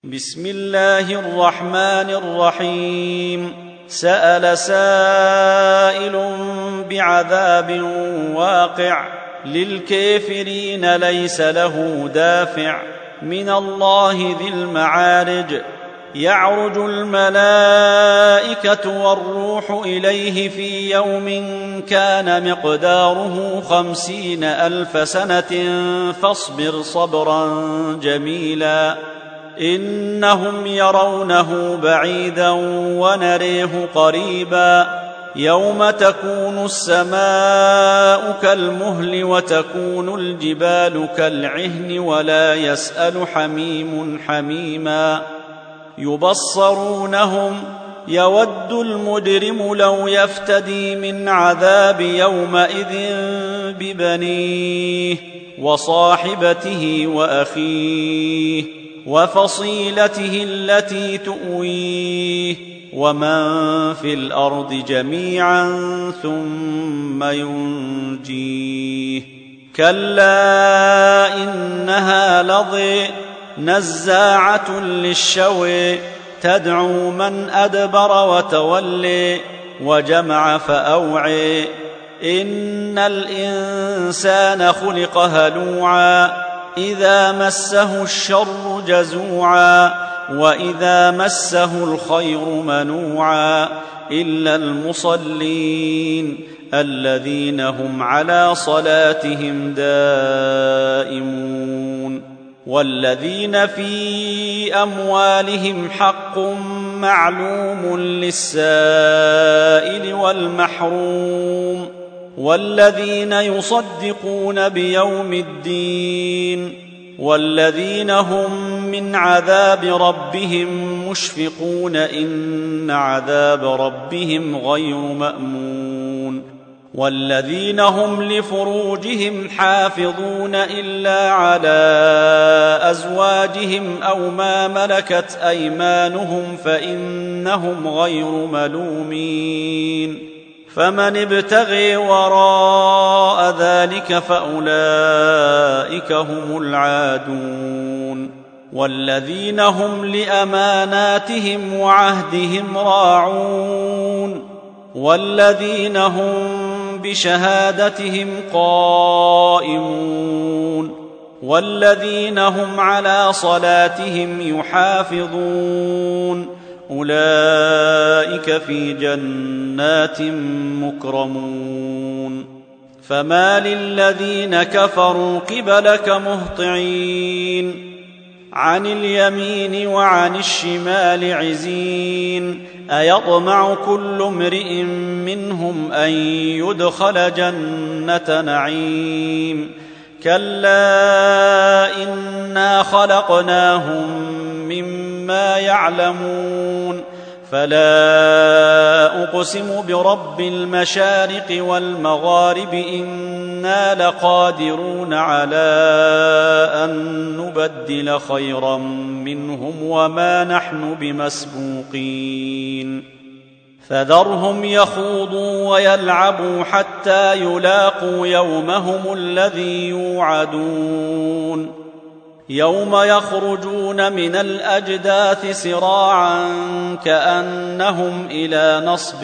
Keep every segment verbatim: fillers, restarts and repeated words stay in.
بسم الله الرحمن الرحيم سأل سائل بعذاب واقع للكافرين ليس له دافع من الله ذي المعارج يعرج الملائكة والروح إليه في يوم كان مقداره خمسين ألف سنة فاصبر صبرا جميلا إنهم يرونه بعيدا ونريه قريبا يوم تكون السماء كالمهل وتكون الجبال كالعهن ولا يسأل حميم حميما يبصرونهم يود المجرم لو يفتدي من عذاب يومئذ ببنيه وصاحبته وأخيه وفصيلته التي تؤويه ومن في الأرض جميعا ثم ينجيه كلا إنها لظى نزاعة للشوى تدعو من أدبر وتولي وجمع فأوعي إن الإنسان خلق هلوعا إذا مسه الشر جزوعا وإذا مسه الخير منوعا إلا المصلين الذين هم على صلاتهم دائمون والذين في أموالهم حق معلوم للسائل والمحروم والذين يصدقون بيوم الدين والذين هم من عذاب ربهم مشفقون إن عذاب ربهم غير مأمون والذين هم لفروجهم حافظون إلا على أزواجهم أو ما ملكت أيمانهم فإنهم غير ملومين فمن ابتغي وراء ذلك فأولئك هم العادون والذين هم لأماناتهم وعهدهم راعون والذين هم بشهادتهم قائمون والذين هم على صلاتهم يحافظون أولئك في جنات مكرمون فما للذين كفروا قبلك مهطعين عن اليمين وعن الشمال عزين أيطمع كل امرئ منهم أن يدخل جنة نعيم كلا إنا خلقناهم مما يعلمون فلا أقسم برب المشارق والمغارب إنا لقادرون على أن نبدل خيرا منهم وما نحن بمسبوقين فذرهم يخوضوا ويلعبوا حتى يلاقوا يومهم الذي يوعدون يوم يخرجون من الأجداث سراعا كأنهم إلى نصب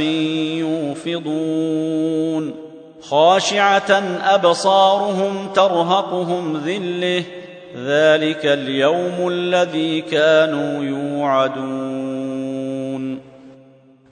يوفضون خاشعة أبصارهم ترهقهم ذلة ذلك اليوم الذي كانوا يوعدون